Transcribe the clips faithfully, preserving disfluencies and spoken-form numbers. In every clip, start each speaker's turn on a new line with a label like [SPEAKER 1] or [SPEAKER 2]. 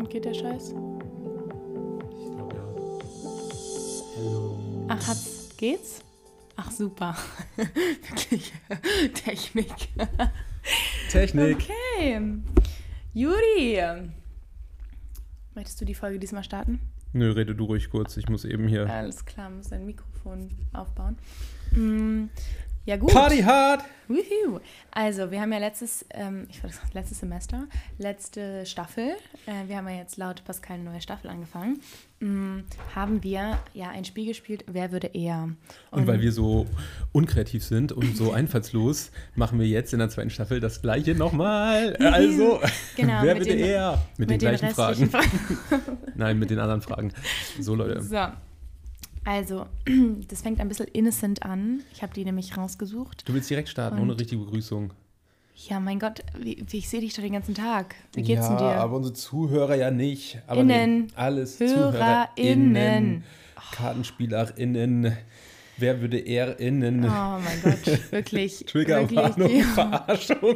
[SPEAKER 1] Sound geht der Scheiß?
[SPEAKER 2] Ich glaube ja. Hello.
[SPEAKER 1] Ach, hat's, geht's? Ach, super. Wirklich. Technik.
[SPEAKER 2] Technik.
[SPEAKER 1] Okay. Juri. Möchtest du die Folge diesmal starten?
[SPEAKER 2] Nö, rede du ruhig kurz. Ich muss eben hier...
[SPEAKER 1] Alles klar, muss dein Mikrofon aufbauen. Mm, ja gut.
[SPEAKER 2] Party hard!
[SPEAKER 1] Woohoo. Also, wir haben ja letztes, ähm, ich wollte sagen, letztes Semester, letzte Staffel, äh, wir haben ja jetzt laut Pascal eine neue Staffel angefangen, mm, haben wir ja ein Spiel gespielt, wer würde eher.
[SPEAKER 2] Und, und weil wir so unkreativ sind und so einfallslos, machen wir jetzt in der zweiten Staffel das Gleiche nochmal. Also,
[SPEAKER 1] genau,
[SPEAKER 2] wer
[SPEAKER 1] mit
[SPEAKER 2] würde
[SPEAKER 1] den,
[SPEAKER 2] eher? Mit, mit den, den gleichen Fragen.
[SPEAKER 1] Fragen.
[SPEAKER 2] Nein, mit den anderen Fragen. So, Leute.
[SPEAKER 1] So. Also, das fängt ein bisschen innocent an. Ich habe die nämlich rausgesucht.
[SPEAKER 2] Du willst direkt starten,
[SPEAKER 1] und
[SPEAKER 2] ohne richtige Begrüßung.
[SPEAKER 1] Ja, mein Gott, wie, wie, ich sehe dich doch den ganzen Tag. Wie geht's
[SPEAKER 2] ja,
[SPEAKER 1] denn dir?
[SPEAKER 2] aber unsere Zuhörer ja nicht. Aber
[SPEAKER 1] Innen.
[SPEAKER 2] Nee, alles
[SPEAKER 1] HörerInnen.
[SPEAKER 2] ZuhörerInnen. KartenspielerInnen. Wer würde eher innen?
[SPEAKER 1] Oh mein Gott, wirklich.
[SPEAKER 2] Triggerwarnung,
[SPEAKER 1] wirklich, ja.
[SPEAKER 2] Verarschung.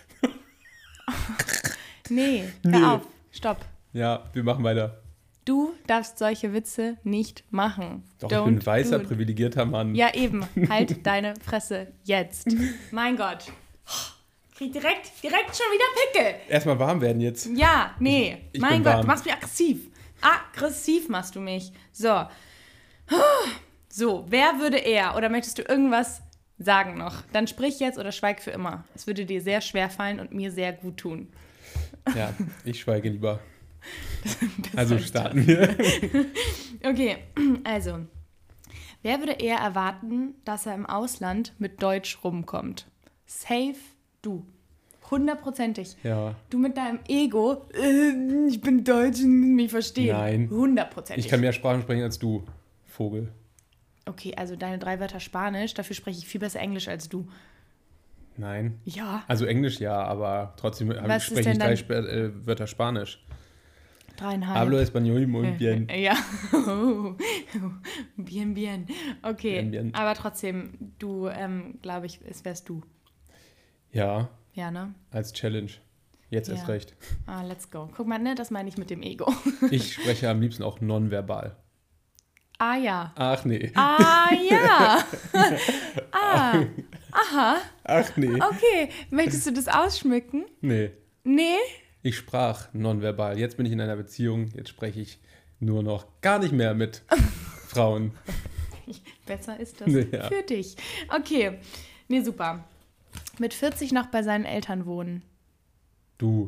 [SPEAKER 1] Nee, hör
[SPEAKER 2] Nee.
[SPEAKER 1] auf, stopp.
[SPEAKER 2] Ja, wir machen weiter.
[SPEAKER 1] Du darfst solche Witze nicht machen.
[SPEAKER 2] Doch,
[SPEAKER 1] Don't
[SPEAKER 2] ich bin ein weißer,
[SPEAKER 1] do-
[SPEAKER 2] privilegierter Mann.
[SPEAKER 1] Ja, eben. Halt deine Fresse jetzt. Mein Gott. Krieg direkt, direkt schon wieder Pickel.
[SPEAKER 2] Erstmal warm werden jetzt.
[SPEAKER 1] Ja, nee.
[SPEAKER 2] Ich
[SPEAKER 1] mein
[SPEAKER 2] bin
[SPEAKER 1] Gott,
[SPEAKER 2] warm.
[SPEAKER 1] du machst mich aggressiv. Aggressiv machst du mich. So. So, wer würde eher? Oder möchtest du irgendwas sagen noch? Dann sprich jetzt oder schweig für immer. Es würde dir sehr schwer fallen und mir sehr gut tun.
[SPEAKER 2] Ja, ich schweige lieber.
[SPEAKER 1] Das
[SPEAKER 2] Also
[SPEAKER 1] heißt
[SPEAKER 2] starten wir.
[SPEAKER 1] Okay, also. Wer würde eher erwarten, dass er im Ausland mit Deutsch rumkommt? Safe du. Hundertprozentig.
[SPEAKER 2] Ja.
[SPEAKER 1] Du mit deinem Ego, äh, ich bin Deutsch und mich verstehen.
[SPEAKER 2] Nein.
[SPEAKER 1] Hundertprozentig.
[SPEAKER 2] Ich kann mehr Sprachen sprechen als du, Vogel.
[SPEAKER 1] Okay, also deine drei Wörter Spanisch, dafür spreche ich viel besser Englisch als du.
[SPEAKER 2] Nein.
[SPEAKER 1] Ja.
[SPEAKER 2] Also Englisch ja, aber trotzdem
[SPEAKER 1] Was ist
[SPEAKER 2] spreche ich
[SPEAKER 1] denn
[SPEAKER 2] drei
[SPEAKER 1] dein-
[SPEAKER 2] Sp äh, Wörter Spanisch.
[SPEAKER 1] Dreieinhalb.
[SPEAKER 2] Hablo español muy bien.
[SPEAKER 1] Ja. Oh. Bien, bien. Okay,
[SPEAKER 2] Bien, bien.
[SPEAKER 1] aber trotzdem, du, ähm, glaube ich, es wärst du.
[SPEAKER 2] Ja,
[SPEAKER 1] Ja, ne?
[SPEAKER 2] als Challenge. Jetzt
[SPEAKER 1] Ja.
[SPEAKER 2] erst recht.
[SPEAKER 1] Ah, let's go. Guck mal, ne, das meine ich mit dem Ego.
[SPEAKER 2] Ich spreche am liebsten auch nonverbal.
[SPEAKER 1] Ah, ja.
[SPEAKER 2] Ach nee.
[SPEAKER 1] Ah, ja. Ah, aha.
[SPEAKER 2] Ach nee.
[SPEAKER 1] Okay, möchtest du das ausschmücken?
[SPEAKER 2] Nee.
[SPEAKER 1] Nee?
[SPEAKER 2] Ich sprach nonverbal. Jetzt bin ich in einer Beziehung. Jetzt spreche ich nur noch gar nicht mehr mit Frauen.
[SPEAKER 1] Besser ist das
[SPEAKER 2] Ja.
[SPEAKER 1] für dich. Okay, nee, super. Mit vierzig noch bei seinen Eltern wohnen.
[SPEAKER 2] Du.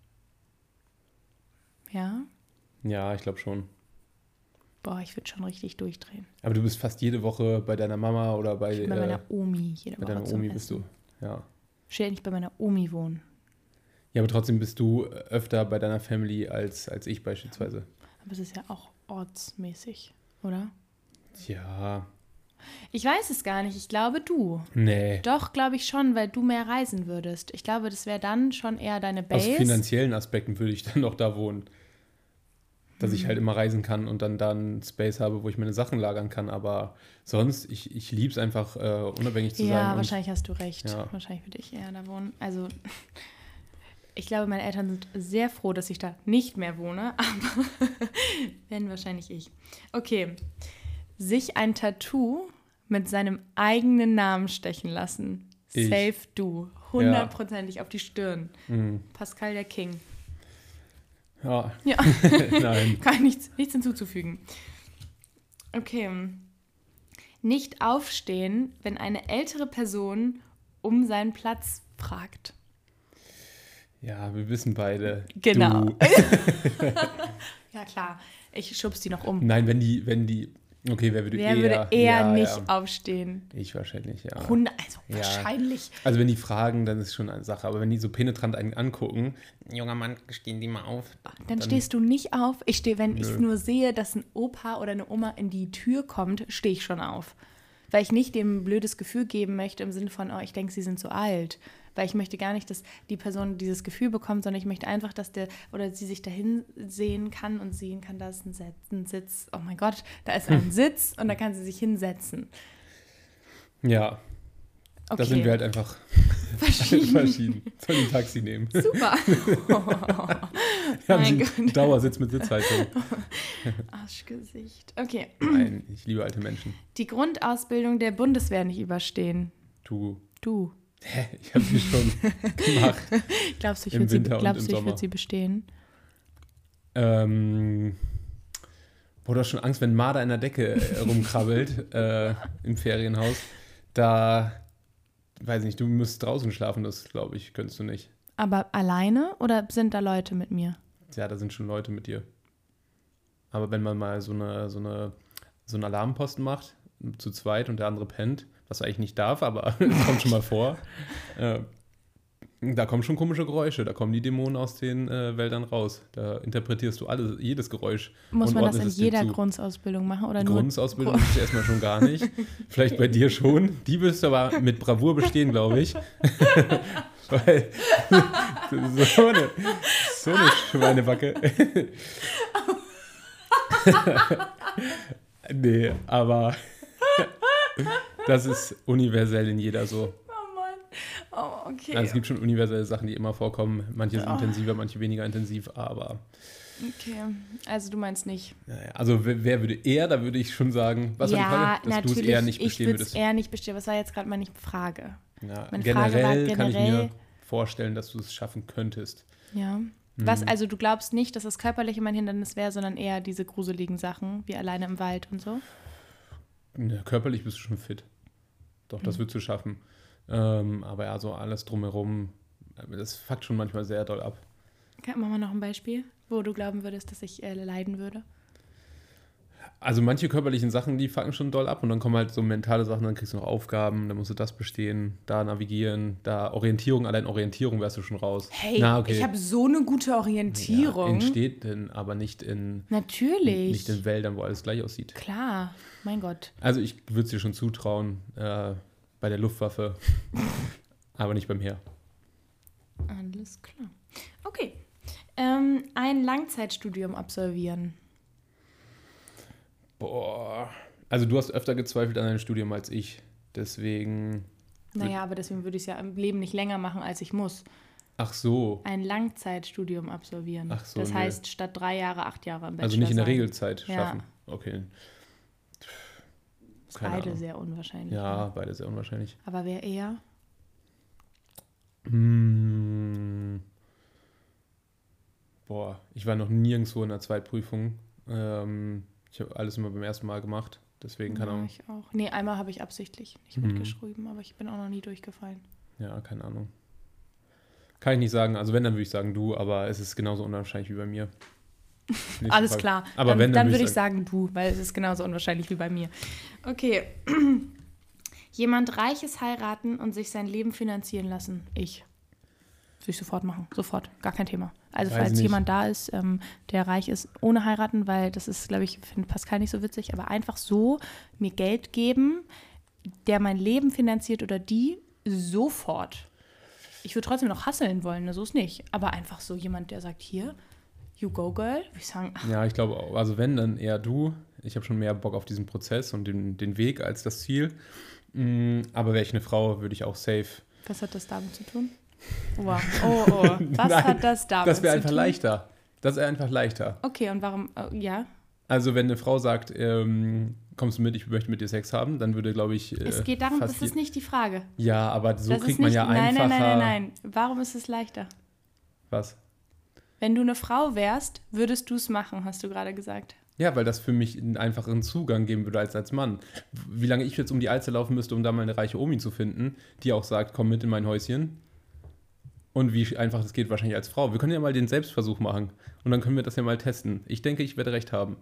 [SPEAKER 1] Ja?
[SPEAKER 2] Ja, ich glaube schon.
[SPEAKER 1] Boah, ich würde schon richtig durchdrehen.
[SPEAKER 2] Aber du bist fast jede Woche bei deiner Mama oder bei,
[SPEAKER 1] Ich bin bei
[SPEAKER 2] äh,
[SPEAKER 1] meiner Omi jede
[SPEAKER 2] bei
[SPEAKER 1] Woche
[SPEAKER 2] deiner
[SPEAKER 1] zum
[SPEAKER 2] Omi bist
[SPEAKER 1] Essen.
[SPEAKER 2] du. Ja.
[SPEAKER 1] Ich will nicht bei meiner Omi wohnen.
[SPEAKER 2] Ja, aber trotzdem bist du öfter bei deiner Family als, als ich beispielsweise.
[SPEAKER 1] Aber es ist ja auch ortsmäßig, oder?
[SPEAKER 2] Ja.
[SPEAKER 1] Ich weiß es gar nicht. Ich glaube, du.
[SPEAKER 2] Nee.
[SPEAKER 1] Doch, glaube ich schon, weil du mehr reisen würdest. Ich glaube, das wäre dann schon eher deine
[SPEAKER 2] Aus
[SPEAKER 1] Base.
[SPEAKER 2] finanziellen Aspekten würde ich dann noch da wohnen. Dass ich halt immer reisen kann und dann da einen Space habe, wo ich meine Sachen lagern kann. Aber sonst, ich, ich liebe es einfach, äh, unabhängig zu sein.
[SPEAKER 1] Ja,
[SPEAKER 2] und
[SPEAKER 1] wahrscheinlich hast du recht.
[SPEAKER 2] Ja.
[SPEAKER 1] Wahrscheinlich würde ich eher da wohnen. Also, ich glaube, meine Eltern sind sehr froh, dass ich da nicht mehr wohne, aber wenn wahrscheinlich ich. Okay. Sich ein Tattoo mit seinem eigenen Namen stechen lassen.
[SPEAKER 2] Ich.
[SPEAKER 1] Safe du. Hundertprozentig auf die Stirn.
[SPEAKER 2] Mhm.
[SPEAKER 1] Pascal der King.
[SPEAKER 2] Ja.
[SPEAKER 1] Ja.
[SPEAKER 2] Nein.
[SPEAKER 1] Kann ich nichts, nichts hinzuzufügen. Okay. Nicht aufstehen, wenn eine ältere Person um seinen Platz fragt.
[SPEAKER 2] Ja, wir wissen beide.
[SPEAKER 1] Genau.
[SPEAKER 2] Du.
[SPEAKER 1] Ja, klar. Ich schub's die noch um.
[SPEAKER 2] Nein, wenn die, wenn die, okay, wer würde
[SPEAKER 1] Wer
[SPEAKER 2] eher?
[SPEAKER 1] würde eher
[SPEAKER 2] ja,
[SPEAKER 1] nicht
[SPEAKER 2] ja.
[SPEAKER 1] aufstehen?
[SPEAKER 2] Ich wahrscheinlich, ja.
[SPEAKER 1] Hunde, also
[SPEAKER 2] Ja.
[SPEAKER 1] wahrscheinlich.
[SPEAKER 2] Also wenn die fragen, dann ist schon eine Sache. Aber wenn die so penetrant einen angucken, junger Mann, stehen die mal auf.
[SPEAKER 1] Dann, stehst du nicht auf. Ich stehe, wenn ich
[SPEAKER 2] Nö.
[SPEAKER 1] nur sehe, dass ein Opa oder eine Oma in die Tür kommt, stehe ich schon auf. Weil ich nicht dem ein blödes Gefühl geben möchte im Sinne von, oh, ich denke, sie sind zu alt. Weil ich möchte gar nicht, dass die Person dieses Gefühl bekommt, sondern ich möchte einfach, dass der oder sie sich dahin sehen kann und sehen kann, da ist ein Sitz. Ein Sitz. Oh mein Gott, da ist ein Sitz und da kann sie sich hinsetzen.
[SPEAKER 2] Ja,
[SPEAKER 1] Okay.
[SPEAKER 2] da sind wir halt einfach
[SPEAKER 1] Verschieden.
[SPEAKER 2] verschieden. Soll ein Taxi nehmen.
[SPEAKER 1] Super.
[SPEAKER 2] Haben
[SPEAKER 1] Mein
[SPEAKER 2] Sie
[SPEAKER 1] Gott.
[SPEAKER 2] einen Dauersitz mit Sitzheizung?
[SPEAKER 1] Arschgesicht. Okay.
[SPEAKER 2] Nein, ich liebe alte Menschen.
[SPEAKER 1] Die Grundausbildung der Bundeswehr nicht überstehen.
[SPEAKER 2] Du.
[SPEAKER 1] Du.
[SPEAKER 2] Hä? Ich habe sie schon gemacht.
[SPEAKER 1] Glaubst du, ich
[SPEAKER 2] Im
[SPEAKER 1] würde sie,
[SPEAKER 2] Winter und
[SPEAKER 1] glaubst
[SPEAKER 2] im
[SPEAKER 1] du, ich
[SPEAKER 2] Sommer.
[SPEAKER 1] würd sie bestehen?
[SPEAKER 2] Ähm, boah, du hast schon Angst, wenn Marder in der Decke äh, rumkrabbelt äh, im Ferienhaus. Da, weiß nicht, du müsstest draußen schlafen, das glaube ich, könntest du nicht.
[SPEAKER 1] Aber alleine oder sind da Leute mit mir?
[SPEAKER 2] Ja, da sind schon Leute mit dir. Aber wenn man mal so eine, so eine, so einen Alarmposten macht, zu zweit und der andere pennt, was er eigentlich nicht darf, aber es kommt schon mal vor, äh, da kommen schon komische Geräusche, da kommen die Dämonen aus den äh, Wäldern raus. Da interpretierst du alles, jedes Geräusch.
[SPEAKER 1] Muss
[SPEAKER 2] und
[SPEAKER 1] man das in
[SPEAKER 2] ordnest es dir
[SPEAKER 1] jeder
[SPEAKER 2] zu.
[SPEAKER 1] Grundausbildung machen oder
[SPEAKER 2] Die
[SPEAKER 1] nur?
[SPEAKER 2] Grundausbildung ist erstmal schon gar nicht. Vielleicht bei dir schon. Die wirst du aber mit Bravour bestehen, glaube ich. Weil so eine, so eine Schweinebacke. Nee, aber das ist universell in jeder so.
[SPEAKER 1] Oh Mann. Oh, okay.
[SPEAKER 2] Also es gibt schon universelle Sachen, die immer vorkommen. Manche sind
[SPEAKER 1] Oh.
[SPEAKER 2] intensiver, manche weniger intensiv, aber
[SPEAKER 1] Okay, also du meinst nicht.
[SPEAKER 2] naja, also wer, wer würde eher, da würde ich schon sagen, was war die
[SPEAKER 1] Ja,
[SPEAKER 2] Frage? Dass du es
[SPEAKER 1] natürlich.
[SPEAKER 2] eher nicht
[SPEAKER 1] Ich
[SPEAKER 2] bestehen
[SPEAKER 1] würde es
[SPEAKER 2] würdest.
[SPEAKER 1] eher nicht bestehen. Was war jetzt gerade meine Frage?
[SPEAKER 2] Ja,
[SPEAKER 1] Meine Frage
[SPEAKER 2] generell,
[SPEAKER 1] war
[SPEAKER 2] kann ich
[SPEAKER 1] generell-
[SPEAKER 2] mir vorstellen, dass du es schaffen könntest.
[SPEAKER 1] Ja. Was, also du glaubst nicht, dass das körperliche mein Hindernis wäre, sondern eher diese gruseligen Sachen, wie alleine im Wald und so?
[SPEAKER 2] Ja, körperlich bist du schon fit. Doch, das
[SPEAKER 1] Mhm.
[SPEAKER 2] würdest du schaffen. Ähm, aber ja, so alles drumherum, das fuckt schon manchmal sehr doll ab.
[SPEAKER 1] Okay, machen wir noch ein Beispiel, wo du glauben würdest, dass ich äh, leiden würde?
[SPEAKER 2] Also manche körperlichen Sachen, die fucken schon doll ab und dann kommen halt so mentale Sachen, dann kriegst du noch Aufgaben, dann musst du das bestehen, da navigieren, da Orientierung, allein Orientierung wärst du schon raus.
[SPEAKER 1] Hey,
[SPEAKER 2] Na, okay.
[SPEAKER 1] ich habe so eine gute Orientierung.
[SPEAKER 2] Ja, in Städten, aber nicht in,
[SPEAKER 1] Natürlich.
[SPEAKER 2] nicht in Wäldern, wo alles gleich aussieht.
[SPEAKER 1] Klar, mein Gott.
[SPEAKER 2] Also ich würde es dir schon zutrauen, äh, bei der Luftwaffe, aber nicht beim Heer.
[SPEAKER 1] Alles klar. Okay. Ähm, ein Langzeitstudium absolvieren.
[SPEAKER 2] Boah. Also du hast öfter gezweifelt an deinem Studium als ich. Deswegen.
[SPEAKER 1] Naja, aber deswegen würde ich es ja im Leben nicht länger machen, als ich muss.
[SPEAKER 2] Ach so.
[SPEAKER 1] Ein Langzeitstudium absolvieren.
[SPEAKER 2] Ach so,
[SPEAKER 1] das
[SPEAKER 2] nö.
[SPEAKER 1] heißt, statt drei Jahre, acht Jahre im Bachelor
[SPEAKER 2] Also nicht in der
[SPEAKER 1] sein.
[SPEAKER 2] Regelzeit
[SPEAKER 1] Ja.
[SPEAKER 2] schaffen. Okay.
[SPEAKER 1] Ist
[SPEAKER 2] Keine
[SPEAKER 1] beide
[SPEAKER 2] Ahnung.
[SPEAKER 1] sehr unwahrscheinlich.
[SPEAKER 2] Ja,
[SPEAKER 1] ne?
[SPEAKER 2] beide sehr unwahrscheinlich.
[SPEAKER 1] Aber wer eher?
[SPEAKER 2] Hm. Boah, ich war noch nirgendwo in der Zweitprüfung. Ähm, ich habe alles immer beim ersten Mal gemacht. Deswegen keine
[SPEAKER 1] Ja,
[SPEAKER 2] Ahnung.
[SPEAKER 1] ich auch. Nee, einmal habe ich absichtlich nicht
[SPEAKER 2] Mhm.
[SPEAKER 1] mitgeschrieben, aber ich bin auch noch nie durchgefallen.
[SPEAKER 2] Ja, keine Ahnung. Kann ich nicht sagen. Also wenn, dann würde ich sagen du, aber es ist genauso unwahrscheinlich wie bei mir. Nächste
[SPEAKER 1] Alles
[SPEAKER 2] Frage.
[SPEAKER 1] klar.
[SPEAKER 2] Aber
[SPEAKER 1] dann
[SPEAKER 2] wenn,
[SPEAKER 1] dann
[SPEAKER 2] dann
[SPEAKER 1] würde ich sagen du, weil es ist genauso unwahrscheinlich wie bei mir. Okay. Jemand Reiches heiraten und sich sein Leben finanzieren lassen. Ich. Würde ich sofort machen. Sofort. Gar kein Thema. Also
[SPEAKER 2] Weiß
[SPEAKER 1] falls
[SPEAKER 2] nicht.
[SPEAKER 1] jemand da ist, ähm, der reich ist, ohne heiraten, weil das ist, glaube ich, finde Pascal nicht so witzig, aber einfach so mir Geld geben, der mein Leben finanziert oder die, sofort. Ich würde trotzdem noch hustlen wollen, ne? So ist nicht. Aber einfach so jemand, der sagt, hier, you go girl, würde ich sagen, ach,
[SPEAKER 2] Ja, ich glaube auch. Also wenn, dann eher du. Ich habe schon mehr Bock auf diesen Prozess und den, den Weg als das Ziel. Mm, Aber wäre ich eine Frau, würde ich auch safe.
[SPEAKER 1] was hat das damit zu tun? Wow. Oh, oh. Was
[SPEAKER 2] Nein,
[SPEAKER 1] hat das damit
[SPEAKER 2] Das wäre
[SPEAKER 1] zu
[SPEAKER 2] einfach
[SPEAKER 1] tun?
[SPEAKER 2] leichter. Das wäre einfach leichter.
[SPEAKER 1] Okay, und warum, äh, ja?
[SPEAKER 2] Also wenn eine Frau sagt, ähm, kommst du mit, ich möchte mit dir Sex haben, dann würde, glaube ich, äh,
[SPEAKER 1] Es geht darum,
[SPEAKER 2] fast
[SPEAKER 1] das ist
[SPEAKER 2] je-
[SPEAKER 1] nicht die Frage.
[SPEAKER 2] Ja, aber so
[SPEAKER 1] das
[SPEAKER 2] kriegt
[SPEAKER 1] ist
[SPEAKER 2] man
[SPEAKER 1] nicht,
[SPEAKER 2] ja
[SPEAKER 1] nein,
[SPEAKER 2] einfacher...
[SPEAKER 1] Nein, nein, nein, nein. Warum ist es leichter?
[SPEAKER 2] Was?
[SPEAKER 1] Wenn du eine Frau wärst, würdest du es machen, hast du gerade gesagt.
[SPEAKER 2] Ja, weil das für mich einen einfacheren Zugang geben würde als als Mann. Wie lange ich jetzt um die Alster laufen müsste, um da mal eine reiche Omi zu finden, die auch sagt, komm mit in mein Häuschen. Und wie einfach das geht wahrscheinlich als Frau. Wir können ja mal den Selbstversuch machen. Und dann können wir das ja mal testen. Ich denke, ich werde recht haben.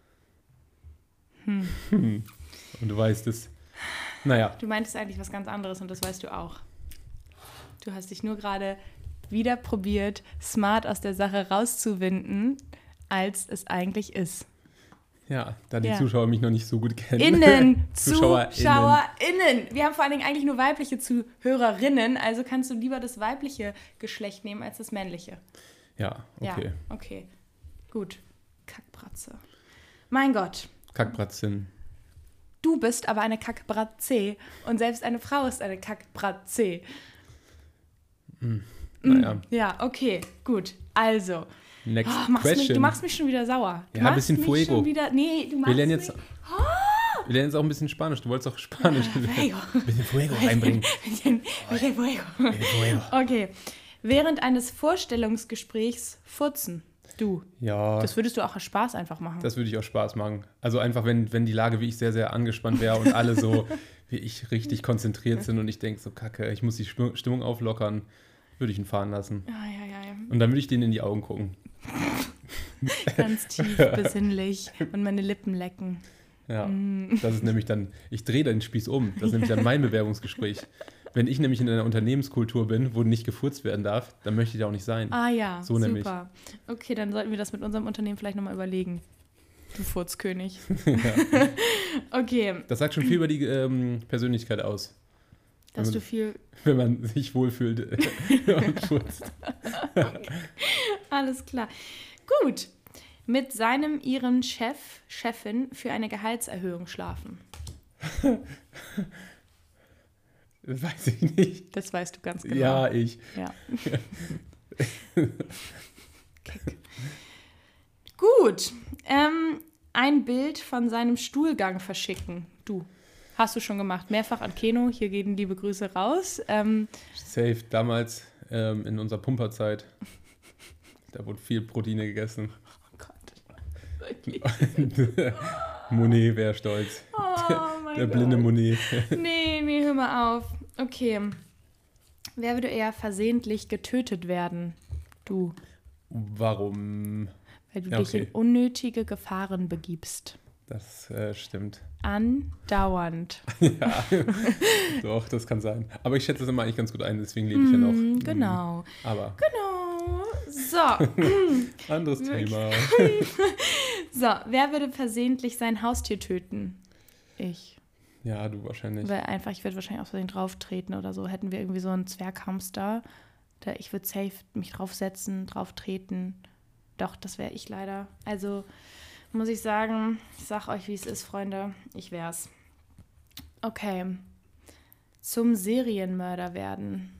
[SPEAKER 1] Hm.
[SPEAKER 2] Hm. Und du weißt es. Naja,
[SPEAKER 1] Du meintest eigentlich was ganz anderes und das weißt du auch. Du hast dich nur gerade wieder probiert, smart aus der Sache rauszuwinden, als es eigentlich ist.
[SPEAKER 2] ja, da die
[SPEAKER 1] Ja.
[SPEAKER 2] Zuschauer mich noch nicht so gut kennen.
[SPEAKER 1] Innen,
[SPEAKER 2] ZuschauerInnen.
[SPEAKER 1] ZuschauerInnen. Wir haben vor allen Dingen eigentlich nur weibliche Zuhörerinnen, also kannst du lieber das weibliche Geschlecht nehmen als das männliche.
[SPEAKER 2] Ja, okay.
[SPEAKER 1] Ja, okay. Gut. Kackbratze. Mein Gott.
[SPEAKER 2] Kackbratzin.
[SPEAKER 1] Du bist aber eine Kackbratze und selbst eine Frau ist eine Kackbratze.
[SPEAKER 2] Naja.
[SPEAKER 1] Ja, okay, gut. Also,
[SPEAKER 2] Next
[SPEAKER 1] Oh, machst mich,
[SPEAKER 2] question.
[SPEAKER 1] du machst mich schon wieder sauer. Du
[SPEAKER 2] Ja, ein
[SPEAKER 1] machst
[SPEAKER 2] bisschen
[SPEAKER 1] mich
[SPEAKER 2] Fuego.
[SPEAKER 1] Schon wieder, nee, du machst
[SPEAKER 2] Wir lernen jetzt,
[SPEAKER 1] mich...
[SPEAKER 2] wir lernen jetzt auch ein bisschen Spanisch. Du wolltest auch Spanisch.
[SPEAKER 1] Fuego.
[SPEAKER 2] Ein bisschen Fuego reinbringen.
[SPEAKER 1] Bisschen, bisschen Fuego.
[SPEAKER 2] Bisschen Fuego.
[SPEAKER 1] Okay. Während eines Vorstellungsgesprächs furzen. Du.
[SPEAKER 2] Ja,
[SPEAKER 1] Das würdest du auch aus Spaß einfach machen.
[SPEAKER 2] das würde ich auch Spaß machen. Also einfach, wenn, wenn die Lage wie ich sehr, sehr angespannt wäre und alle so wie ich richtig konzentriert sind und ich denke so, kacke, ich muss die Sp- Stimmung auflockern, würde ich ihn fahren lassen.
[SPEAKER 1] Ja, ja, ja, ja.
[SPEAKER 2] Und dann würde ich denen in die Augen gucken.
[SPEAKER 1] Ganz tief, besinnlich und meine Lippen lecken.
[SPEAKER 2] Ja,
[SPEAKER 1] Mm.
[SPEAKER 2] das ist nämlich dann, ich drehe den Spieß um. Das ist nämlich dann mein Bewerbungsgespräch. Wenn ich nämlich in einer Unternehmenskultur bin, wo nicht gefurzt werden darf, dann möchte ich da auch nicht sein.
[SPEAKER 1] Ah ja,
[SPEAKER 2] So
[SPEAKER 1] super.
[SPEAKER 2] nämlich.
[SPEAKER 1] Okay, dann sollten wir das mit unserem Unternehmen vielleicht nochmal überlegen. Du Furzkönig.
[SPEAKER 2] Ja.
[SPEAKER 1] Okay,
[SPEAKER 2] Das sagt schon viel über die ähm, Persönlichkeit aus,
[SPEAKER 1] dass
[SPEAKER 2] man-
[SPEAKER 1] du viel...
[SPEAKER 2] wenn man sich wohlfühlt und furzt.
[SPEAKER 1] Alles klar. Gut. Mit seinem, ihrem Chef, Chefin für eine Gehaltserhöhung schlafen.
[SPEAKER 2] Das weiß ich nicht.
[SPEAKER 1] Das weißt du ganz genau.
[SPEAKER 2] Ja, ich.
[SPEAKER 1] Ja. Kick. Gut. Ähm, ein Bild von seinem Stuhlgang verschicken. Du. Hast du schon gemacht. Mehrfach an Keno. Hier gehen liebe Grüße raus. Ähm,
[SPEAKER 2] Safe, damals ähm, in unserer Pumperzeit. Da wurde viel Proteine gegessen.
[SPEAKER 1] oh Gott. Wirklich.
[SPEAKER 2] Monet wäre stolz.
[SPEAKER 1] Oh mein
[SPEAKER 2] Der
[SPEAKER 1] Gott.
[SPEAKER 2] blinde Monet.
[SPEAKER 1] Nee, nee, hör mal auf. Okay. Wer würde eher versehentlich getötet werden? Du.
[SPEAKER 2] Warum?
[SPEAKER 1] Weil du
[SPEAKER 2] Ja,
[SPEAKER 1] dich
[SPEAKER 2] okay.
[SPEAKER 1] in unnötige Gefahren begibst.
[SPEAKER 2] Das äh, stimmt.
[SPEAKER 1] Andauernd.
[SPEAKER 2] Ja, doch, das kann sein. Aber ich schätze es immer eigentlich ganz gut ein, deswegen lebe ich ja noch.
[SPEAKER 1] Mm, genau.
[SPEAKER 2] Aber
[SPEAKER 1] Genau. So.
[SPEAKER 2] anderes Thema.
[SPEAKER 1] So, wer würde versehentlich sein Haustier töten? Ich.
[SPEAKER 2] Ja, du wahrscheinlich.
[SPEAKER 1] Weil einfach, ich würde wahrscheinlich aus Versehen drauf treten oder so. Hätten wir irgendwie so einen Zwerghamster, da ich würde safe mich draufsetzen, drauf treten. Doch, das wäre ich leider. Also muss ich sagen, ich sag euch, wie es ist, Freunde. Ich wär's. Okay. Zum Serienmörder werden.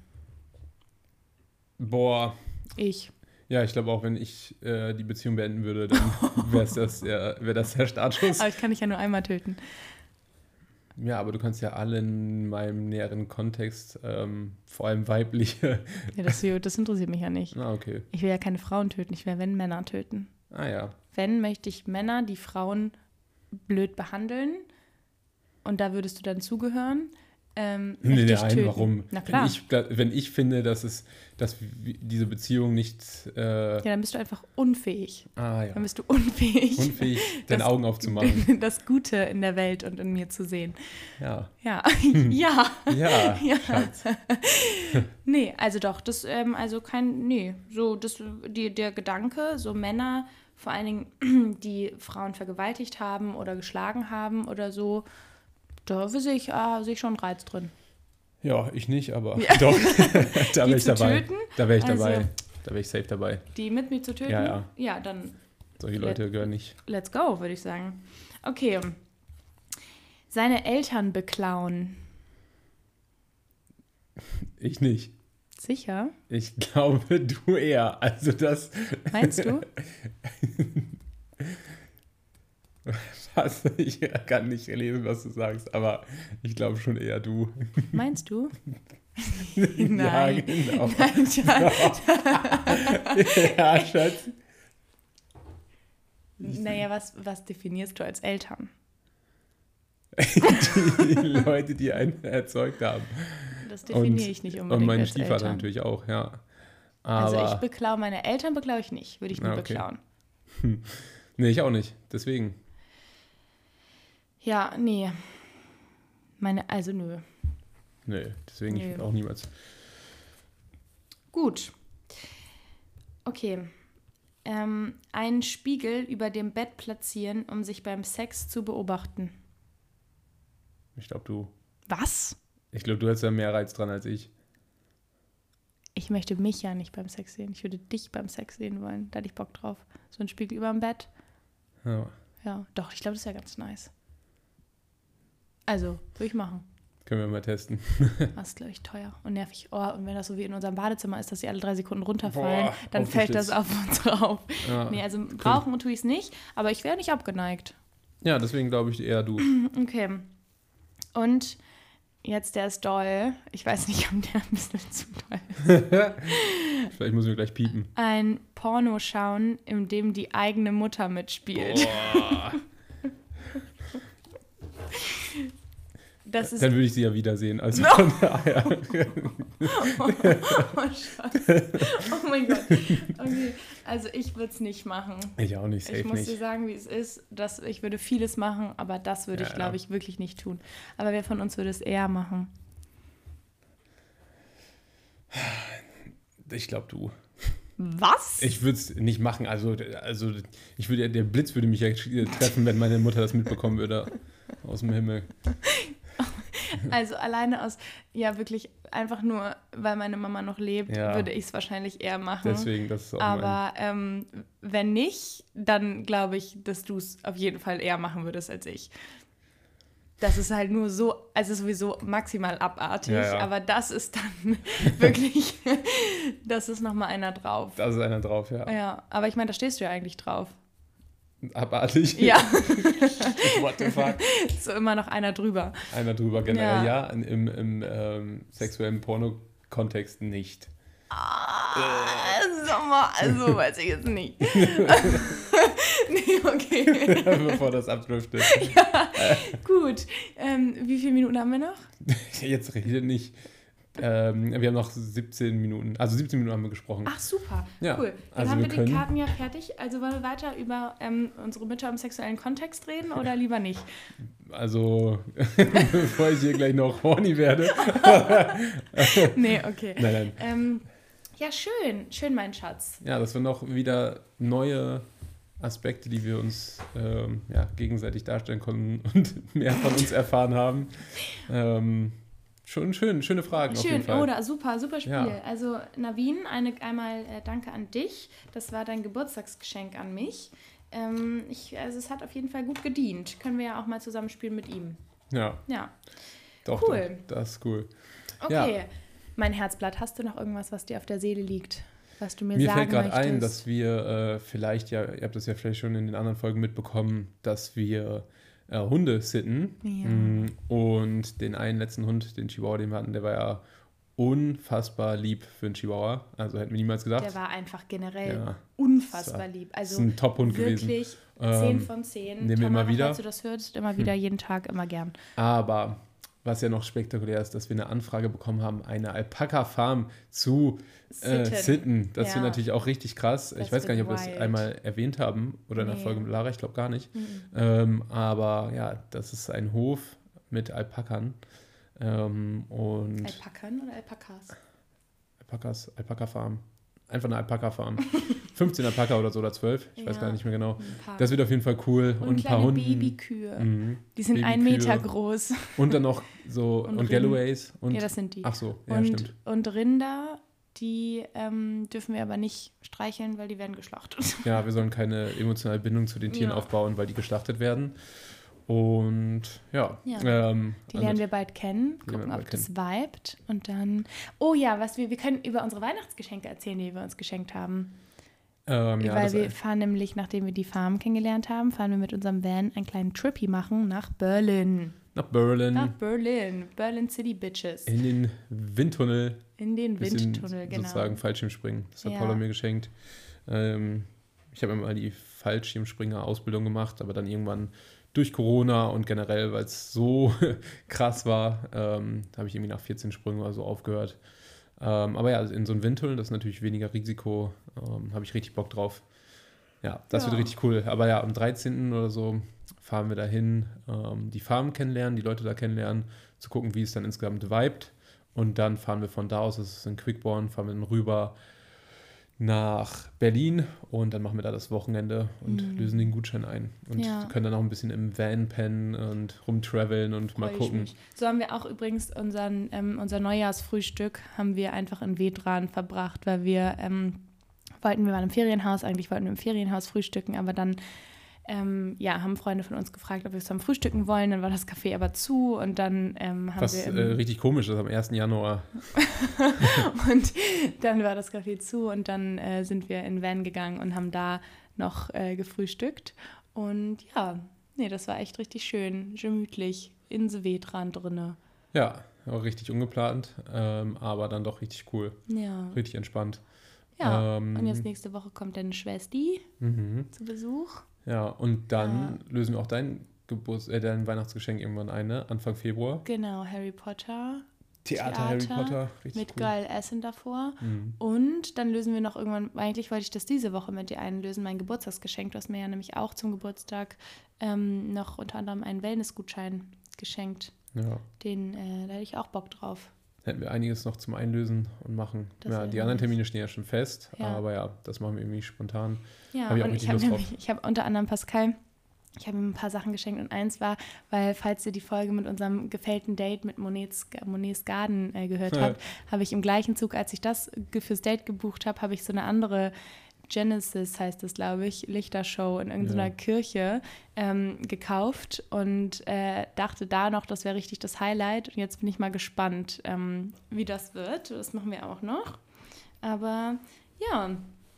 [SPEAKER 2] Boah.
[SPEAKER 1] Ich.
[SPEAKER 2] Ja, ich glaube auch, wenn ich äh, die Beziehung beenden würde, dann wäre das, ja, wär das der Startschuss.
[SPEAKER 1] Aber ich kann dich ja nur einmal töten.
[SPEAKER 2] Ja, aber du kannst ja alle in meinem näheren Kontext, ähm, vor allem weibliche.
[SPEAKER 1] Ja, das, das interessiert mich ja nicht.
[SPEAKER 2] Ah, okay.
[SPEAKER 1] Ich will ja keine Frauen töten, ich will, wenn, Männer töten.
[SPEAKER 2] Ah ja.
[SPEAKER 1] Wenn, möchte ich Männer, die Frauen blöd behandeln. Und da würdest du dann zugehören. Ähm,
[SPEAKER 2] Nee,
[SPEAKER 1] möchte ich
[SPEAKER 2] nein,
[SPEAKER 1] töten.
[SPEAKER 2] warum?
[SPEAKER 1] Na klar.
[SPEAKER 2] Wenn ich, wenn ich finde, dass, es, dass w- diese Beziehung nicht. Äh,
[SPEAKER 1] Ja, dann bist du einfach unfähig.
[SPEAKER 2] ah ja.
[SPEAKER 1] Dann bist du unfähig,
[SPEAKER 2] Unfähig, deine
[SPEAKER 1] das-
[SPEAKER 2] Augen aufzumachen.
[SPEAKER 1] das Gute in der Welt und in mir zu sehen.
[SPEAKER 2] Ja.
[SPEAKER 1] Ja, ja.
[SPEAKER 2] Ja,
[SPEAKER 1] Ja.
[SPEAKER 2] Schatz.
[SPEAKER 1] Nee, also doch, das, ähm, also kein, nee, so, das, die, der Gedanke, so Männer, vor allen Dingen, die Frauen vergewaltigt haben oder geschlagen haben oder so, da sehe ich, äh, sehe ich schon einen Reiz drin.
[SPEAKER 2] Ja, ich nicht, aber
[SPEAKER 1] Ja.
[SPEAKER 2] doch. Da
[SPEAKER 1] Die
[SPEAKER 2] wäre ich
[SPEAKER 1] zu
[SPEAKER 2] dabei.
[SPEAKER 1] töten?
[SPEAKER 2] Da wäre ich
[SPEAKER 1] Also-
[SPEAKER 2] dabei. Da wäre ich safe dabei.
[SPEAKER 1] Die mit mir zu töten?
[SPEAKER 2] Ja, ja.
[SPEAKER 1] Ja, dann
[SPEAKER 2] Solche Leute gehören nicht.
[SPEAKER 1] let's go, würde ich sagen. Okay. Seine Eltern beklauen.
[SPEAKER 2] Ich nicht.
[SPEAKER 1] Sicher?
[SPEAKER 2] Ich glaube, du eher. Also das.
[SPEAKER 1] Meinst du?
[SPEAKER 2] Was? Ich kann nicht lesen, was du sagst, aber ich glaube schon eher du.
[SPEAKER 1] Meinst du?
[SPEAKER 2] Ja,
[SPEAKER 1] Nein.
[SPEAKER 2] genau.
[SPEAKER 1] Nein, Schatz.
[SPEAKER 2] Ja, Schatz.
[SPEAKER 1] Naja, was, was definierst du als Eltern?
[SPEAKER 2] Die Leute, die einen erzeugt haben.
[SPEAKER 1] Das definiere
[SPEAKER 2] Und-
[SPEAKER 1] ich nicht unbedingt
[SPEAKER 2] Und mein
[SPEAKER 1] als
[SPEAKER 2] Stiefvater
[SPEAKER 1] Eltern.
[SPEAKER 2] natürlich auch, ja. Aber,
[SPEAKER 1] Also ich beklau meine Eltern beklau ich nicht, würde ich nie
[SPEAKER 2] Ah, okay.
[SPEAKER 1] beklauen.
[SPEAKER 2] nee, ich auch nicht. Deswegen.
[SPEAKER 1] Ja, nee. Meine, also nö.
[SPEAKER 2] Nee, deswegen
[SPEAKER 1] Nee.
[SPEAKER 2] ich auch niemals.
[SPEAKER 1] Gut. Okay. Ähm, einen Spiegel über dem Bett platzieren, um sich beim Sex zu beobachten.
[SPEAKER 2] Ich glaube, du.
[SPEAKER 1] Was?
[SPEAKER 2] Ich glaube, du hast ja mehr Reiz dran als ich.
[SPEAKER 1] Ich möchte mich ja nicht beim Sex sehen. Ich würde dich beim Sex sehen wollen. Da hätte ich Bock drauf. So ein Spiegel über dem Bett.
[SPEAKER 2] Ja,
[SPEAKER 1] Ja, doch, ich glaube, das wäre ganz nice. Also, würde ich machen.
[SPEAKER 2] Können wir mal testen.
[SPEAKER 1] Das ist, glaube ich, teuer und nervig. Oh, und wenn das so wie in unserem Badezimmer ist, dass sie alle drei Sekunden runterfallen,
[SPEAKER 2] Boah,
[SPEAKER 1] dann fällt das auf uns drauf.
[SPEAKER 2] Ja,
[SPEAKER 1] nee, also
[SPEAKER 2] cool.
[SPEAKER 1] brauchen tue ich es nicht, aber ich wäre nicht abgeneigt.
[SPEAKER 2] Ja, deswegen glaube ich eher du.
[SPEAKER 1] Okay. Und jetzt der ist doll. Ich weiß nicht, ob der ein bisschen zu doll ist.
[SPEAKER 2] Vielleicht müssen wir gleich piepen.
[SPEAKER 1] Ein Porno schauen, in dem die eigene Mutter mitspielt.
[SPEAKER 2] Boah.
[SPEAKER 1] Das ist
[SPEAKER 2] Dann würde ich sie ja wiedersehen. Also von daher.
[SPEAKER 1] oh, oh, Scheiße. Oh mein Gott. Okay, also ich würde es nicht machen.
[SPEAKER 2] Ich auch nicht, safe
[SPEAKER 1] Ich muss
[SPEAKER 2] nicht.
[SPEAKER 1] dir sagen, wie es ist. Dass ich würde vieles machen, aber das würde
[SPEAKER 2] Ja,
[SPEAKER 1] ich, glaube
[SPEAKER 2] ja.
[SPEAKER 1] ich, wirklich nicht tun. Aber wer von uns würde es eher machen?
[SPEAKER 2] Ich glaube du.
[SPEAKER 1] Was?
[SPEAKER 2] Ich würde es nicht machen. Also, also ich würde, der Blitz würde mich ja treffen, wenn meine Mutter das mitbekommen würde. Aus dem Himmel.
[SPEAKER 1] Also alleine aus, ja wirklich einfach nur, weil meine Mama noch lebt,
[SPEAKER 2] Ja.
[SPEAKER 1] würde ich es wahrscheinlich eher machen.
[SPEAKER 2] Deswegen, das ist auch
[SPEAKER 1] Aber ähm, wenn nicht, dann glaube ich, dass du es auf jeden Fall eher machen würdest als ich. Das ist halt nur so, also sowieso maximal abartig,
[SPEAKER 2] Ja, ja.
[SPEAKER 1] aber das ist dann wirklich, das ist nochmal einer drauf.
[SPEAKER 2] Da ist einer drauf, ja.
[SPEAKER 1] Ja, aber ich meine, da stehst du ja eigentlich drauf.
[SPEAKER 2] Abartig.
[SPEAKER 1] Ja,
[SPEAKER 2] What the fuck?
[SPEAKER 1] so immer noch einer drüber.
[SPEAKER 2] Einer drüber, generell
[SPEAKER 1] Ja.
[SPEAKER 2] ja, im, im ähm, sexuellen Porno-Kontext nicht.
[SPEAKER 1] Ah, sag mal, also weiß ich jetzt nicht. Nee, okay.
[SPEAKER 2] Bevor das abdriftet.
[SPEAKER 1] Gut. Ähm, wie viele Minuten haben wir noch?
[SPEAKER 2] Jetzt redet nicht. Ähm, wir haben noch siebzehn Minuten. Also siebzehn Minuten haben wir gesprochen.
[SPEAKER 1] Ach, super.
[SPEAKER 2] Ja,
[SPEAKER 1] Cool. Dann
[SPEAKER 2] also
[SPEAKER 1] haben
[SPEAKER 2] wir
[SPEAKER 1] wir,
[SPEAKER 2] können-
[SPEAKER 1] die Karten ja fertig. Also wollen wir weiter über ähm, unsere Mütter im sexuellen Kontext reden oder lieber nicht?
[SPEAKER 2] Also, bevor ich hier gleich noch horny werde.
[SPEAKER 1] Nee, okay.
[SPEAKER 2] Nein, nein.
[SPEAKER 1] Ähm, ja, schön. Schön, mein Schatz.
[SPEAKER 2] Ja, das waren noch wieder neue Aspekte, die wir uns ähm, ja, gegenseitig darstellen konnten und mehr von uns erfahren haben. Ähm, schon schön, schöne Fragen auf jeden
[SPEAKER 1] Schön,
[SPEAKER 2] Fall.
[SPEAKER 1] oder? Super, super Spiel.
[SPEAKER 2] Ja.
[SPEAKER 1] Also, Navin, eine, einmal äh, danke an dich. Das war dein Geburtstagsgeschenk an mich. Ähm, ich, also, es hat auf jeden Fall gut gedient. Können wir ja auch mal zusammen spielen mit ihm.
[SPEAKER 2] Ja,
[SPEAKER 1] Ja.
[SPEAKER 2] doch,
[SPEAKER 1] Cool.
[SPEAKER 2] doch, das ist cool.
[SPEAKER 1] Okay.
[SPEAKER 2] Ja.
[SPEAKER 1] Mein Herzblatt, hast du noch irgendwas, was dir auf der Seele liegt? Was du mir,
[SPEAKER 2] Mir
[SPEAKER 1] sagen
[SPEAKER 2] fällt gerade
[SPEAKER 1] möchtest?
[SPEAKER 2] ein, dass wir äh, vielleicht, ja, ihr habt das ja vielleicht schon in den anderen Folgen mitbekommen, dass wir äh, Hunde sitten.
[SPEAKER 1] Ja.
[SPEAKER 2] Mm, Und den einen letzten Hund, den Chihuahua, den wir hatten, der war ja unfassbar lieb für einen Chihuahua. Also hätten wir niemals gedacht.
[SPEAKER 1] Der war einfach generell
[SPEAKER 2] Ja.
[SPEAKER 1] unfassbar
[SPEAKER 2] Das war-
[SPEAKER 1] lieb.
[SPEAKER 2] Das ist
[SPEAKER 1] Also
[SPEAKER 2] ein Top-Hund gewesen.
[SPEAKER 1] wirklich
[SPEAKER 2] Ähm,
[SPEAKER 1] zehn von zehn.
[SPEAKER 2] nehmen wir immer
[SPEAKER 1] Tamara,
[SPEAKER 2] wieder.
[SPEAKER 1] Falls du das hörst, immer wieder, jeden Tag, immer gern.
[SPEAKER 2] Aber was ja noch spektakulär ist, dass wir eine Anfrage bekommen haben, eine Alpaka-Farm zu äh,
[SPEAKER 1] Sitten.
[SPEAKER 2] sitten. Das
[SPEAKER 1] Ja.
[SPEAKER 2] wird natürlich auch richtig krass.
[SPEAKER 1] Das
[SPEAKER 2] ich weiß gar nicht, ob wir
[SPEAKER 1] wird
[SPEAKER 2] das
[SPEAKER 1] wild.
[SPEAKER 2] einmal erwähnt haben oder in der
[SPEAKER 1] Nee.
[SPEAKER 2] Folge mit Lara, ich glaube gar nicht.
[SPEAKER 1] Mhm.
[SPEAKER 2] Ähm, aber ja, das ist ein Hof mit Alpakan. Ähm, und
[SPEAKER 1] Alpakan oder Alpakas?
[SPEAKER 2] Alpakas, Alpaka-Farm. Einfach eine Alpaka-Farm. fünfzehn Alpaka oder so oder zwölf, ich weiß
[SPEAKER 1] Ja.
[SPEAKER 2] gar nicht mehr genau.
[SPEAKER 1] Ein paar.
[SPEAKER 2] Das wird auf jeden Fall cool. Und,
[SPEAKER 1] und
[SPEAKER 2] ein paar
[SPEAKER 1] kleine
[SPEAKER 2] Hunde.
[SPEAKER 1] Babykühe.
[SPEAKER 2] Mhm.
[SPEAKER 1] Die sind ein
[SPEAKER 2] Babykühe.
[SPEAKER 1] Meter groß.
[SPEAKER 2] Und dann noch so,
[SPEAKER 1] Und
[SPEAKER 2] und,
[SPEAKER 1] Rind.
[SPEAKER 2] Galloways. Und,
[SPEAKER 1] Ja, das sind die.
[SPEAKER 2] ach so, ja,
[SPEAKER 1] und,
[SPEAKER 2] stimmt.
[SPEAKER 1] und Rinder, die ähm, dürfen wir aber nicht streicheln, weil die werden geschlachtet.
[SPEAKER 2] Ja, wir sollen keine emotionale Bindung zu den Tieren
[SPEAKER 1] Ja.
[SPEAKER 2] aufbauen, weil die geschlachtet werden. Und ja,
[SPEAKER 1] Ja.
[SPEAKER 2] Ähm,
[SPEAKER 1] Die lernen wir bald kennen,
[SPEAKER 2] Die lernen
[SPEAKER 1] gucken,
[SPEAKER 2] wir
[SPEAKER 1] ob
[SPEAKER 2] bald
[SPEAKER 1] das vibet. Und dann, oh ja, was wir, wir können über unsere Weihnachtsgeschenke erzählen, die wir uns geschenkt haben.
[SPEAKER 2] ähm, ja,
[SPEAKER 1] Weil
[SPEAKER 2] das,
[SPEAKER 1] wir fahren nämlich, nachdem wir die Farm kennengelernt haben, fahren wir mit unserem Van einen kleinen Trippy machen nach Berlin.
[SPEAKER 2] nach Berlin,
[SPEAKER 1] Nach Berlin. Berlin City Bitches.
[SPEAKER 2] in den Windtunnel,
[SPEAKER 1] In den
[SPEAKER 2] bisschen
[SPEAKER 1] Windtunnel, genau.
[SPEAKER 2] sozusagen Fallschirmspringen. Das hat
[SPEAKER 1] Ja.
[SPEAKER 2] Paula mir geschenkt. Ähm, ich habe mal die Fallschirmspringer-Ausbildung gemacht, aber dann irgendwann durch Corona und generell, weil es so krass war, ähm, habe ich irgendwie nach vierzehn Sprüngen oder so aufgehört. Ähm, aber ja, in so einem Windtunnel, das ist natürlich weniger Risiko, ähm, habe ich richtig Bock drauf. Ja, das
[SPEAKER 1] Ja.
[SPEAKER 2] wird richtig cool. Aber ja, am dreizehnten oder so fahren wir dahin, ähm, die Farm kennenlernen, die Leute da kennenlernen, zu gucken, wie es dann insgesamt vibet. Und dann fahren wir von da aus, das ist in Quickborn, fahren wir dann rüber nach Berlin und dann machen wir da das Wochenende und
[SPEAKER 1] Mhm.
[SPEAKER 2] lösen den Gutschein ein. Und
[SPEAKER 1] Ja.
[SPEAKER 2] können dann auch ein bisschen im Van pennen und rumtraveln und mal
[SPEAKER 1] Freu ich
[SPEAKER 2] gucken.
[SPEAKER 1] mich. So haben wir auch übrigens unseren, ähm, unser Neujahrsfrühstück haben wir einfach in Wedran verbracht, weil wir ähm, wollten, wir waren im Ferienhaus, eigentlich wollten wir im Ferienhaus frühstücken, aber dann ähm, ja, haben Freunde von uns gefragt, ob wir zusammen frühstücken wollen. Dann war das Café aber zu und dann ähm, haben
[SPEAKER 2] Was
[SPEAKER 1] wir...
[SPEAKER 2] äh, richtig komisch ist, am ersten Januar.
[SPEAKER 1] Und dann war das Café zu und dann äh, sind wir in den Van gegangen und haben da noch äh, gefrühstückt. Und ja, nee, das war echt richtig schön, gemütlich, in Sevetran drinne.
[SPEAKER 2] Ja, auch richtig ungeplant, ähm, aber dann doch richtig cool.
[SPEAKER 1] Ja.
[SPEAKER 2] Richtig entspannt.
[SPEAKER 1] Ja,
[SPEAKER 2] Ähm,
[SPEAKER 1] und jetzt nächste Woche kommt deine Schwesti
[SPEAKER 2] mhm.
[SPEAKER 1] zu Besuch.
[SPEAKER 2] Ja, und dann ja. lösen wir auch dein, Geburts-, äh, dein Weihnachtsgeschenk irgendwann ein, ne? Anfang Februar.
[SPEAKER 1] Genau, Harry Potter.
[SPEAKER 2] Theater, Theater Harry Potter, richtig
[SPEAKER 1] mit
[SPEAKER 2] cool.
[SPEAKER 1] geil Essen davor.
[SPEAKER 2] Mhm.
[SPEAKER 1] Und dann lösen wir noch irgendwann, eigentlich wollte ich das diese Woche mit dir einlösen, mein Geburtstagsgeschenk. Du hast mir ja nämlich auch zum Geburtstag ähm, noch unter anderem einen Wellnessgutschein geschenkt.
[SPEAKER 2] Ja.
[SPEAKER 1] Den, äh, da hätte ich auch Bock drauf.
[SPEAKER 2] Hätten wir einiges noch zum Einlösen und machen.
[SPEAKER 1] Das
[SPEAKER 2] ja, die
[SPEAKER 1] nice.
[SPEAKER 2] anderen Termine stehen ja schon fest,
[SPEAKER 1] Ja.
[SPEAKER 2] aber ja, das machen wir irgendwie spontan.
[SPEAKER 1] Ja,
[SPEAKER 2] hab ich auch
[SPEAKER 1] und
[SPEAKER 2] richtig
[SPEAKER 1] ich habe
[SPEAKER 2] Lust drauf.
[SPEAKER 1] nämlich, ich habe unter anderem Pascal, ich habe ihm ein paar Sachen geschenkt und eins war, weil falls ihr die Folge mit unserem gefällten Date mit Monets, Monets Garden äh, gehört
[SPEAKER 2] Ja.
[SPEAKER 1] habt, habe ich im gleichen Zug, als ich das ge- fürs Date gebucht habe, habe ich so eine andere Genesis, heißt das, glaube ich, Lichtershow in irgendeiner
[SPEAKER 2] Ja.
[SPEAKER 1] Kirche ähm, gekauft und äh, dachte da noch, das wäre richtig das Highlight. Und jetzt bin ich mal gespannt, ähm, wie das wird. Das machen wir auch noch. Aber ja,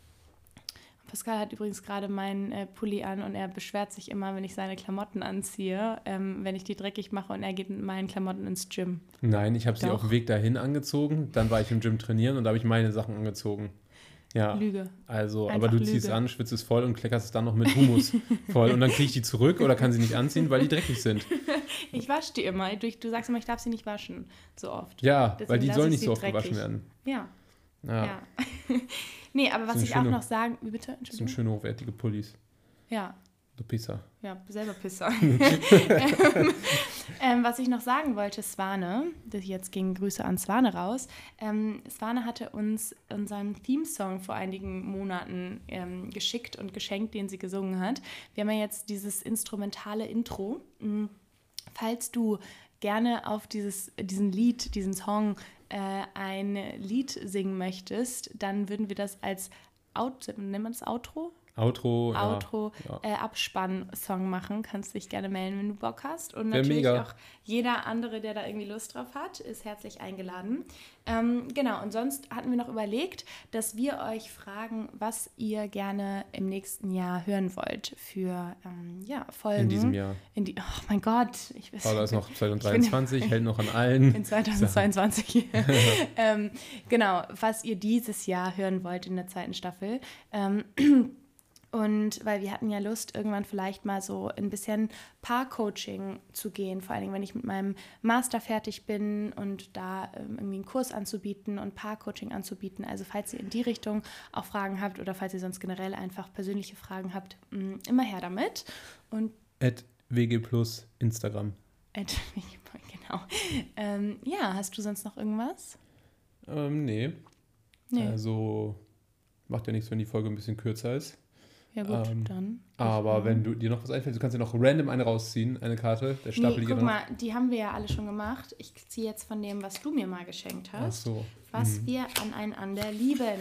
[SPEAKER 1] Pascal hat übrigens gerade meinen äh, Pulli an und er beschwert sich immer, wenn ich seine Klamotten anziehe, ähm, wenn ich die dreckig mache und er geht mit meinen Klamotten ins Gym.
[SPEAKER 2] Nein, ich habe sie
[SPEAKER 1] Doch.
[SPEAKER 2] auf dem Weg dahin angezogen, dann war ich im Gym trainieren und da habe ich meine Sachen angezogen. Ja,
[SPEAKER 1] Lüge.
[SPEAKER 2] also,
[SPEAKER 1] Einfach
[SPEAKER 2] aber du
[SPEAKER 1] Lüge.
[SPEAKER 2] ziehst an, schwitzt es voll und kleckerst es dann noch mit Hummus voll und dann kriege ich die zurück oder kann sie nicht anziehen, weil die dreckig sind.
[SPEAKER 1] Ich wasche die immer. Du, du sagst immer, ich darf sie nicht waschen, so oft.
[SPEAKER 2] Ja,
[SPEAKER 1] Deswegen
[SPEAKER 2] weil die
[SPEAKER 1] lasse
[SPEAKER 2] sollen
[SPEAKER 1] ich
[SPEAKER 2] nicht
[SPEAKER 1] sie
[SPEAKER 2] so oft
[SPEAKER 1] dreckig.
[SPEAKER 2] gewaschen werden.
[SPEAKER 1] Ja.
[SPEAKER 2] Ja,
[SPEAKER 1] Ja. Nee, aber was
[SPEAKER 2] sind
[SPEAKER 1] ich auch
[SPEAKER 2] schöne-
[SPEAKER 1] noch sagen... Wie bitte?
[SPEAKER 2] das sind
[SPEAKER 1] Entschuldigung.
[SPEAKER 2] schöne hochwertige Pullis.
[SPEAKER 1] Ja.
[SPEAKER 2] Du Pizza.
[SPEAKER 1] Ja, selber Pisser. ähm, ähm, was ich noch sagen wollte, Swane, das jetzt gingen Grüße an Swane raus. Ähm, Swane hatte uns unseren Theme-Song vor einigen Monaten ähm, geschickt und geschenkt, den sie gesungen hat. Wir haben ja jetzt dieses instrumentale Intro. Mhm. Falls du gerne auf dieses, diesen Lied, diesen Song äh, ein Lied singen möchtest, dann würden wir das als Out, nennt man das Outro?
[SPEAKER 2] Outro, ja.
[SPEAKER 1] Outro,
[SPEAKER 2] ja.
[SPEAKER 1] äh, Abspann-Song machen. Kannst dich gerne melden, wenn du Bock hast. Und
[SPEAKER 2] Wär
[SPEAKER 1] natürlich
[SPEAKER 2] mega.
[SPEAKER 1] auch jeder andere, der da irgendwie Lust drauf hat, ist herzlich eingeladen. Ähm, genau, und sonst hatten wir noch überlegt, dass wir euch fragen, was ihr gerne im nächsten Jahr hören wollt für ähm, ja, Folgen.
[SPEAKER 2] In diesem Jahr.
[SPEAKER 1] In die, oh mein Gott. Ich weiß
[SPEAKER 2] Paula ist noch
[SPEAKER 1] Ich
[SPEAKER 2] zwanzig
[SPEAKER 1] bin-
[SPEAKER 2] dreiundzwanzig, hält noch an allen.
[SPEAKER 1] in zweitausendzweiundzwanzig. ähm, genau, was ihr dieses Jahr hören wollt in der zweiten Staffel. Ähm, und weil wir hatten ja Lust, irgendwann vielleicht mal so ein bisschen Paar-Coaching zu gehen, vor allen Dingen, wenn ich mit meinem Master fertig bin und da ähm, irgendwie einen Kurs anzubieten und Paar-Coaching anzubieten. Also falls ihr in die Richtung auch Fragen habt oder falls ihr sonst generell einfach persönliche Fragen habt, mh, immer her damit. Und
[SPEAKER 2] At W G Plus Instagram.
[SPEAKER 1] At, genau. Ähm, ja, hast du sonst noch irgendwas?
[SPEAKER 2] Ähm, nee.
[SPEAKER 1] Nee.
[SPEAKER 2] Also macht ja nichts, wenn die Folge ein bisschen kürzer ist.
[SPEAKER 1] Ja gut,
[SPEAKER 2] ähm,
[SPEAKER 1] dann.
[SPEAKER 2] Aber
[SPEAKER 1] Ich,
[SPEAKER 2] wenn du dir noch was einfällt, du kannst dir noch random eine rausziehen, eine Karte, der Stapel
[SPEAKER 1] Nee,
[SPEAKER 2] liegt
[SPEAKER 1] guck
[SPEAKER 2] noch.
[SPEAKER 1] mal, die haben wir ja alle schon gemacht. Ich ziehe jetzt von dem, was du mir mal geschenkt
[SPEAKER 2] Ach
[SPEAKER 1] hast,
[SPEAKER 2] so.
[SPEAKER 1] was
[SPEAKER 2] Mhm.
[SPEAKER 1] wir aneinander lieben.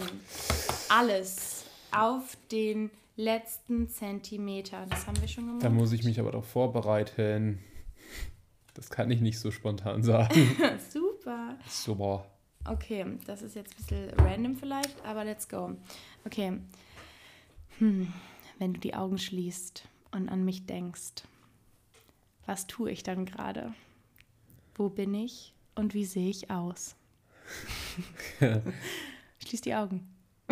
[SPEAKER 1] Alles auf den letzten Zentimeter. Das haben wir schon gemacht.
[SPEAKER 2] Da muss ich mich aber doch vorbereiten. Das kann ich nicht so spontan sagen.
[SPEAKER 1] Super.
[SPEAKER 2] Super.
[SPEAKER 1] Okay, das ist jetzt ein bisschen random vielleicht, aber let's go. Okay. Hm, wenn du die Augen schließt und an mich denkst, was tue ich dann gerade? Wo bin ich und wie sehe ich aus? Schließ die Augen.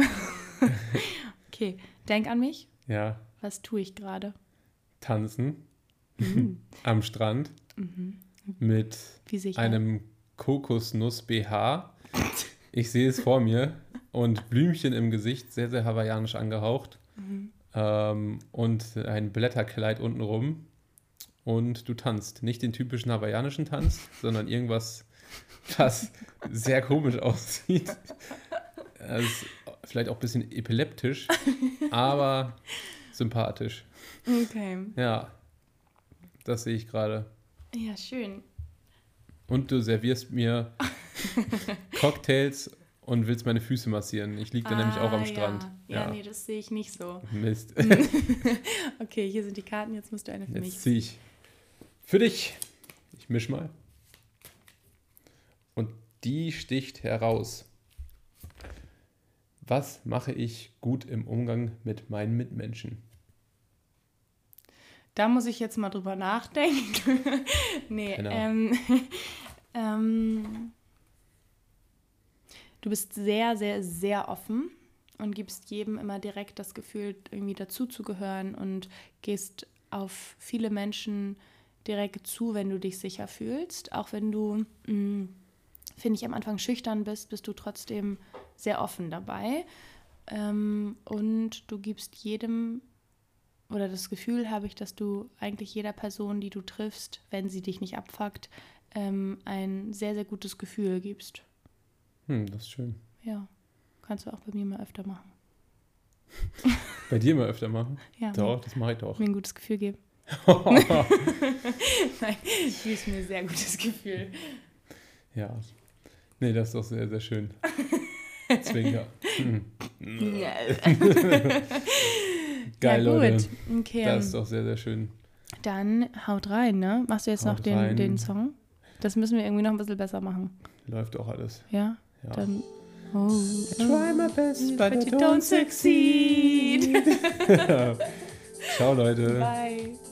[SPEAKER 1] Okay, denk an mich.
[SPEAKER 2] Ja,
[SPEAKER 1] Was tue ich gerade?
[SPEAKER 2] tanzen
[SPEAKER 1] Mhm.
[SPEAKER 2] am Strand
[SPEAKER 1] Mhm.
[SPEAKER 2] mit
[SPEAKER 1] Wie sehe ich
[SPEAKER 2] einem Kokosnuss-B H. Ich sehe es vor mir und Blümchen im Gesicht, sehr, sehr hawaiianisch angehaucht.
[SPEAKER 1] Mhm.
[SPEAKER 2] Ähm, und ein Blätterkleid untenrum. Und du tanzt. Nicht den typischen hawaiianischen Tanz, sondern irgendwas, was sehr komisch aussieht. Das ist vielleicht auch ein bisschen epileptisch, aber sympathisch.
[SPEAKER 1] Okay.
[SPEAKER 2] Ja, das sehe ich gerade.
[SPEAKER 1] Ja, schön.
[SPEAKER 2] Und du servierst mir Cocktails und willst meine Füße massieren. Ich liege dann ah, nämlich auch am
[SPEAKER 1] ja.
[SPEAKER 2] Strand.
[SPEAKER 1] Ja, ja, nee, das sehe ich nicht so.
[SPEAKER 2] Mist.
[SPEAKER 1] Okay, hier sind die Karten, jetzt musst du eine für
[SPEAKER 2] jetzt
[SPEAKER 1] mich.
[SPEAKER 2] Jetzt ziehe ich für dich. Ich misch mal. Und die sticht heraus. Was mache ich gut im Umgang mit meinen Mitmenschen?
[SPEAKER 1] Da muss ich jetzt mal drüber nachdenken. nee, genau. ähm, ähm, du bist sehr, sehr, sehr offen und gibst jedem immer direkt das Gefühl, irgendwie dazuzugehören und gehst auf viele Menschen direkt zu, wenn du dich sicher fühlst. Auch wenn du, mh, finde ich, am Anfang schüchtern bist, bist du trotzdem sehr offen dabei. Ähm, und du gibst jedem, oder das Gefühl habe ich, dass du eigentlich jeder Person, die du triffst, wenn sie dich nicht abfuckt, ähm, ein sehr, sehr gutes Gefühl gibst.
[SPEAKER 2] Hm, das ist schön.
[SPEAKER 1] Ja, kannst du auch bei mir mal öfter machen.
[SPEAKER 2] Bei dir mal öfter machen?
[SPEAKER 1] Ja.
[SPEAKER 2] Doch, mir, das mache ich doch.
[SPEAKER 1] Mir ein gutes Gefühl geben. Nein, du gibst mir ein sehr gutes Gefühl.
[SPEAKER 2] Ja. Nee, das ist doch sehr, sehr schön. Zwinker. Hm. Geil, ja, Leute. Okay. Das ist doch sehr, sehr schön.
[SPEAKER 1] Dann haut rein, ne? Machst du jetzt haut noch den, den Song? Das müssen wir irgendwie noch ein bisschen besser machen.
[SPEAKER 2] Läuft auch alles.
[SPEAKER 1] Ja?
[SPEAKER 2] Ja.
[SPEAKER 1] Dann... Oh,
[SPEAKER 2] I try my best, but,
[SPEAKER 1] but
[SPEAKER 2] I
[SPEAKER 1] you
[SPEAKER 2] don't
[SPEAKER 1] don't succeed.
[SPEAKER 2] Ciao, Leute.
[SPEAKER 1] Bye.